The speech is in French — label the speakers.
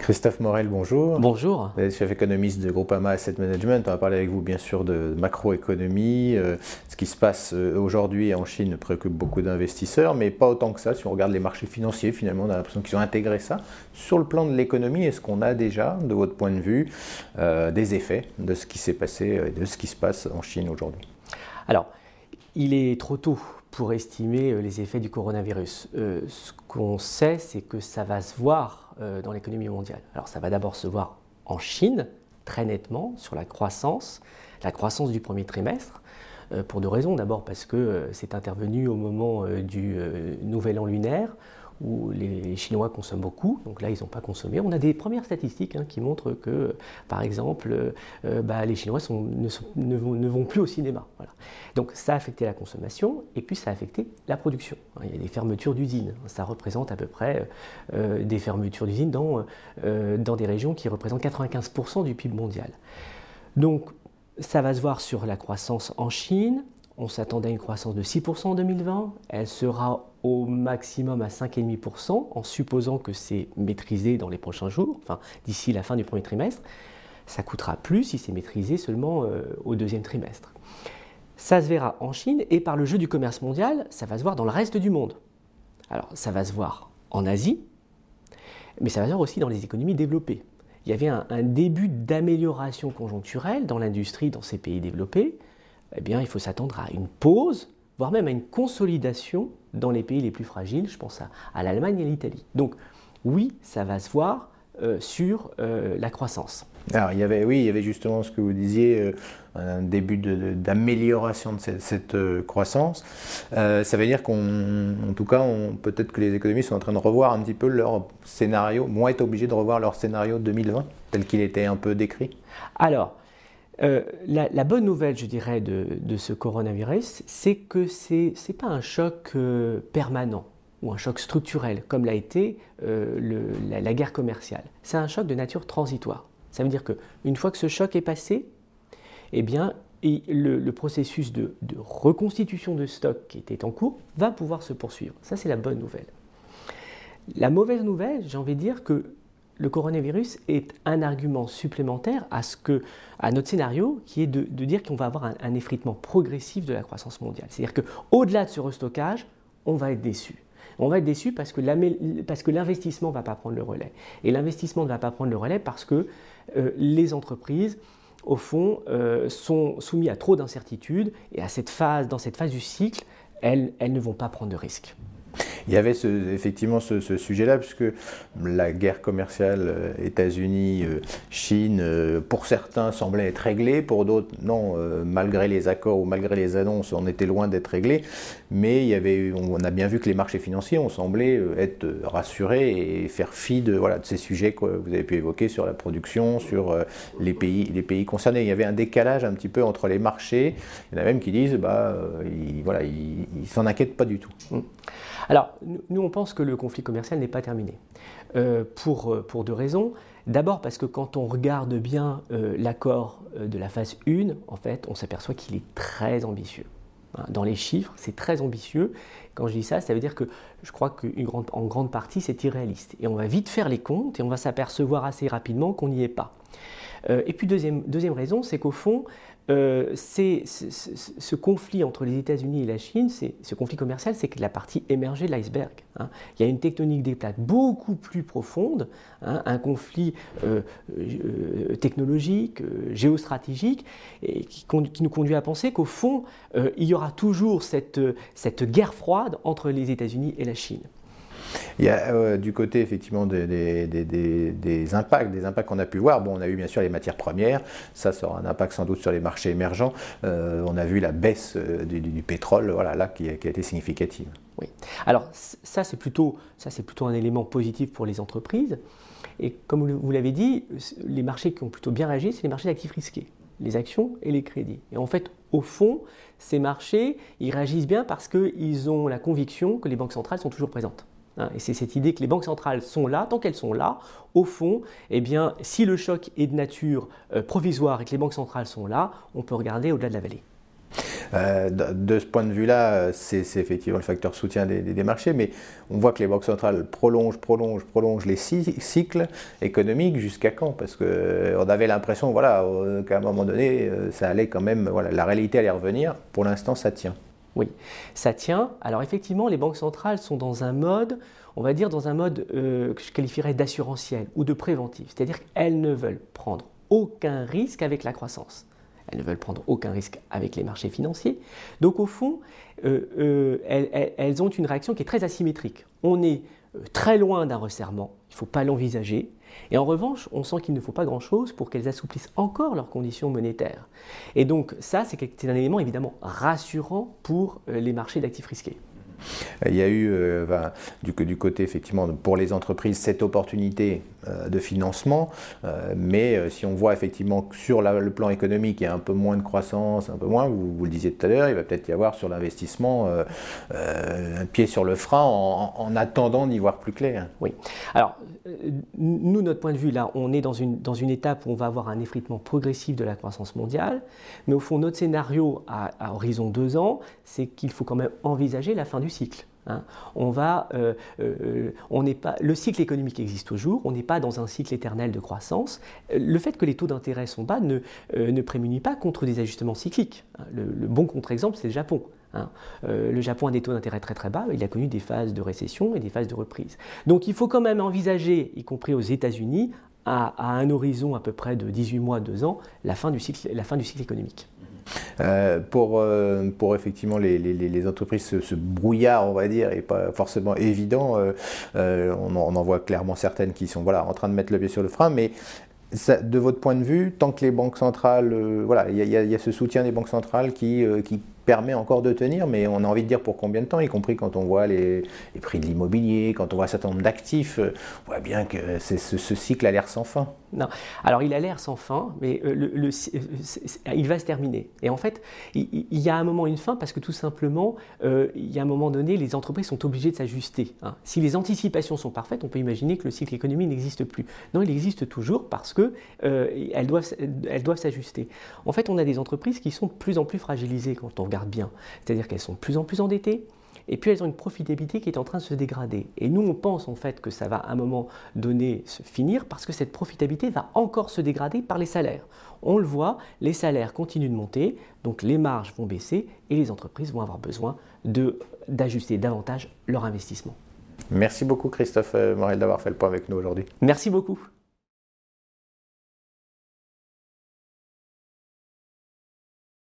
Speaker 1: Christophe Morel, bonjour.
Speaker 2: Bonjour.
Speaker 1: Vous êtes chef économiste de Groupama Asset Management. On va parler avec vous bien sûr de macroéconomie. Ce qui se passe aujourd'hui en Chine préoccupe beaucoup d'investisseurs, mais pas autant que ça. Si on regarde les marchés financiers, finalement, on a l'impression qu'ils ont intégré ça. Sur le plan de l'économie, est-ce qu'on a déjà, de votre point de vue, des effets de ce qui s'est passé et de ce qui se passe en Chine aujourd'hui?
Speaker 2: Alors, il est trop tôt pour estimer les effets du coronavirus. Ce qu'on sait, c'est que ça va se voir dans l'économie mondiale. Alors, ça va d'abord se voir en Chine, très nettement, sur la croissance du premier trimestre, pour deux raisons. D'abord parce que c'est intervenu au moment du nouvel an lunaire, où les Chinois consomment beaucoup, donc là ils n'ont pas consommé. On a des premières statistiques qui montrent que, par exemple, les Chinois ne vont plus au cinéma. Voilà. Donc ça a affecté la consommation et puis ça a affecté la production. Il y a des fermetures d'usines, ça représente à peu près des fermetures d'usines dans des régions qui représentent 95% du PIB mondial. Donc ça va se voir sur la croissance en Chine. On s'attendait à une croissance de 6% en 2020, elle sera au maximum à 5,5% en supposant que c'est maîtrisé dans les prochains jours, enfin d'ici la fin du premier trimestre. Ça coûtera plus si c'est maîtrisé seulement au deuxième trimestre. Ça se verra en Chine et par le jeu du commerce mondial, ça va se voir dans le reste du monde. Alors ça va se voir en Asie, mais ça va se voir aussi dans les économies développées. Il y avait un début d'amélioration conjoncturelle dans l'industrie dans ces pays développés. Eh bien, il faut s'attendre à une pause, voire même à une consolidation dans les pays les plus fragiles, je pense à l'Allemagne et l'Italie. Donc oui, ça va se voir sur la croissance.
Speaker 1: Alors, il y avait justement ce que vous disiez, un début d'amélioration de cette croissance. Ça veut dire peut-être que les économistes sont en train de revoir un petit peu leur scénario, vont être obligés de revoir leur scénario 2020, tel qu'il était un peu décrit.
Speaker 2: Alors, la bonne nouvelle, je dirais, de ce coronavirus, c'est que ce n'est pas un choc permanent ou un choc structurel, comme l'a été la guerre commerciale. C'est un choc de nature transitoire. Ça veut dire qu'une fois que ce choc est passé, eh bien, le processus de reconstitution de stock qui était en cours va pouvoir se poursuivre. Ça, c'est la bonne nouvelle. La mauvaise nouvelle, j'ai envie de dire que le coronavirus est un argument supplémentaire à notre scénario qui est de dire qu'on va avoir un effritement progressif de la croissance mondiale. C'est-à-dire qu'au-delà de ce restockage, on va être déçu. On va être déçu parce que l'investissement ne va pas prendre le relais. Et l'investissement ne va pas prendre le relais parce que les entreprises, au fond, sont soumises à trop d'incertitudes et dans cette phase du cycle, elles ne vont pas prendre de risques.
Speaker 1: Il y avait effectivement ce sujet-là, puisque la guerre commerciale États-Unis-Chine, pour certains, semblait être réglée, pour d'autres, non, malgré les accords ou malgré les annonces, on était loin d'être réglé. Mais on a bien vu que les marchés financiers ont semblé être rassurés et faire fi de ces sujets que vous avez pu évoquer sur la production, sur les pays concernés. Il y avait un décalage un petit peu entre les marchés. Il y en a même qui disent ils s'en inquiètent pas du tout.
Speaker 2: Alors, nous, on pense que le conflit commercial n'est pas terminé, pour deux raisons. D'abord parce que quand on regarde bien l'accord de la phase 1, en fait, on s'aperçoit qu'il est très ambitieux. Dans les chiffres, c'est très ambitieux. Quand je dis ça, ça veut dire que je crois qu'en grande partie, c'est irréaliste. Et on va vite faire les comptes et on va s'apercevoir assez rapidement qu'on n'y est pas. Et puis deuxième raison, c'est qu'au fond, ce conflit entre les États-Unis et la Chine, ce conflit commercial, c'est que la partie émergée de l'iceberg. Il y a une tectonique des plaques beaucoup plus profonde, un conflit technologique, géostratégique, et qui nous conduit à penser qu'au fond, il y aura toujours cette guerre froide entre les États-Unis et la Chine.
Speaker 1: Il y a du côté effectivement des impacts qu'on a pu voir. Bon, on a eu bien sûr les matières premières, ça aura un impact sans doute sur les marchés émergents. On a vu la baisse du pétrole, qui a été significative.
Speaker 2: Oui. Alors ça c'est plutôt un élément positif pour les entreprises. Et comme vous l'avez dit, les marchés qui ont plutôt bien réagi, c'est les marchés d'actifs risqués, les actions et les crédits. Et en fait, au fond, ces marchés, ils réagissent bien parce qu'ils ont la conviction que les banques centrales sont toujours présentes. Et c'est cette idée que les banques centrales sont là, tant qu'elles sont là, au fond, eh bien, si le choc est de nature provisoire et que les banques centrales sont là, on peut regarder au-delà de la vallée.
Speaker 1: De ce point de vue-là, c'est effectivement le facteur soutien des marchés, mais on voit que les banques centrales prolongent les cycles économiques jusqu'à quand? Parce qu'on avait l'impression qu'à un moment donné, ça allait quand même, la réalité allait revenir. Pour l'instant, ça tient.
Speaker 2: Oui, ça tient. Alors effectivement, les banques centrales sont dans un mode, on va dire dans un mode que je qualifierais d'assurantiel ou de préventif. C'est-à-dire qu'elles ne veulent prendre aucun risque avec la croissance. Elles ne veulent prendre aucun risque avec les marchés financiers. Donc au fond, elles ont une réaction qui est très asymétrique. On est très loin d'un resserrement, il ne faut pas l'envisager. Et en revanche, on sent qu'il ne faut pas grand-chose pour qu'elles assouplissent encore leurs conditions monétaires. Et donc ça, c'est un élément évidemment rassurant pour les marchés d'actifs risqués.
Speaker 1: Il y a eu du côté effectivement pour les entreprises cette opportunité de financement, mais si on voit effectivement que sur le plan économique il y a un peu moins de croissance, un peu moins, vous le disiez tout à l'heure, il va peut-être y avoir sur l'investissement un pied sur le frein en attendant d'y voir plus clair.
Speaker 2: Oui. Alors nous, notre point de vue là, on est dans une étape où on va avoir un effritement progressif de la croissance mondiale, mais au fond notre scénario à horizon 2 ans, c'est qu'il faut quand même envisager la fin du cycle. Le cycle économique existe toujours, on n'est pas dans un cycle éternel de croissance. Le fait que les taux d'intérêt sont bas ne prémunit pas contre des ajustements cycliques. Le bon contre-exemple, c'est le Japon. Le Japon a des taux d'intérêt très très bas, il a connu des phases de récession et des phases de reprise. Donc il faut quand même envisager, y compris aux États-Unis, à un horizon à peu près de 18 mois, 2 ans, la fin du cycle économique.
Speaker 1: Pour effectivement les entreprises, ce brouillard, on va dire, n'est pas forcément évident. On en voit clairement certaines qui sont en train de mettre le pied sur le frein, mais ça, de votre point de vue, tant que les banques centrales, il y a ce soutien des banques centrales qui permet encore de tenir, mais on a envie de dire pour combien de temps, y compris quand on voit les prix de l'immobilier, quand on voit un certain nombre d'actifs, on voit bien que ce cycle a l'air sans fin.
Speaker 2: Non, alors il a l'air sans fin, mais il va se terminer. Et en fait, il y a un moment une fin parce que tout simplement, il y a un moment donné, les entreprises sont obligées de s'ajuster. Si les anticipations sont parfaites, on peut imaginer que le cycle économique n'existe plus. Non, il existe toujours parce qu'elles doivent s'ajuster. En fait, on a des entreprises qui sont de plus en plus fragilisées quand on regarde bien. C'est-à-dire qu'elles sont de plus en plus endettées. Et puis elles ont une profitabilité qui est en train de se dégrader. Et nous, on pense en fait que ça va à un moment donné se finir parce que cette profitabilité va encore se dégrader par les salaires. On le voit, les salaires continuent de monter, donc les marges vont baisser et les entreprises vont avoir besoin d'ajuster davantage leur investissement.
Speaker 1: Merci beaucoup Christophe Morel d'avoir fait le point avec nous aujourd'hui.
Speaker 2: Merci beaucoup.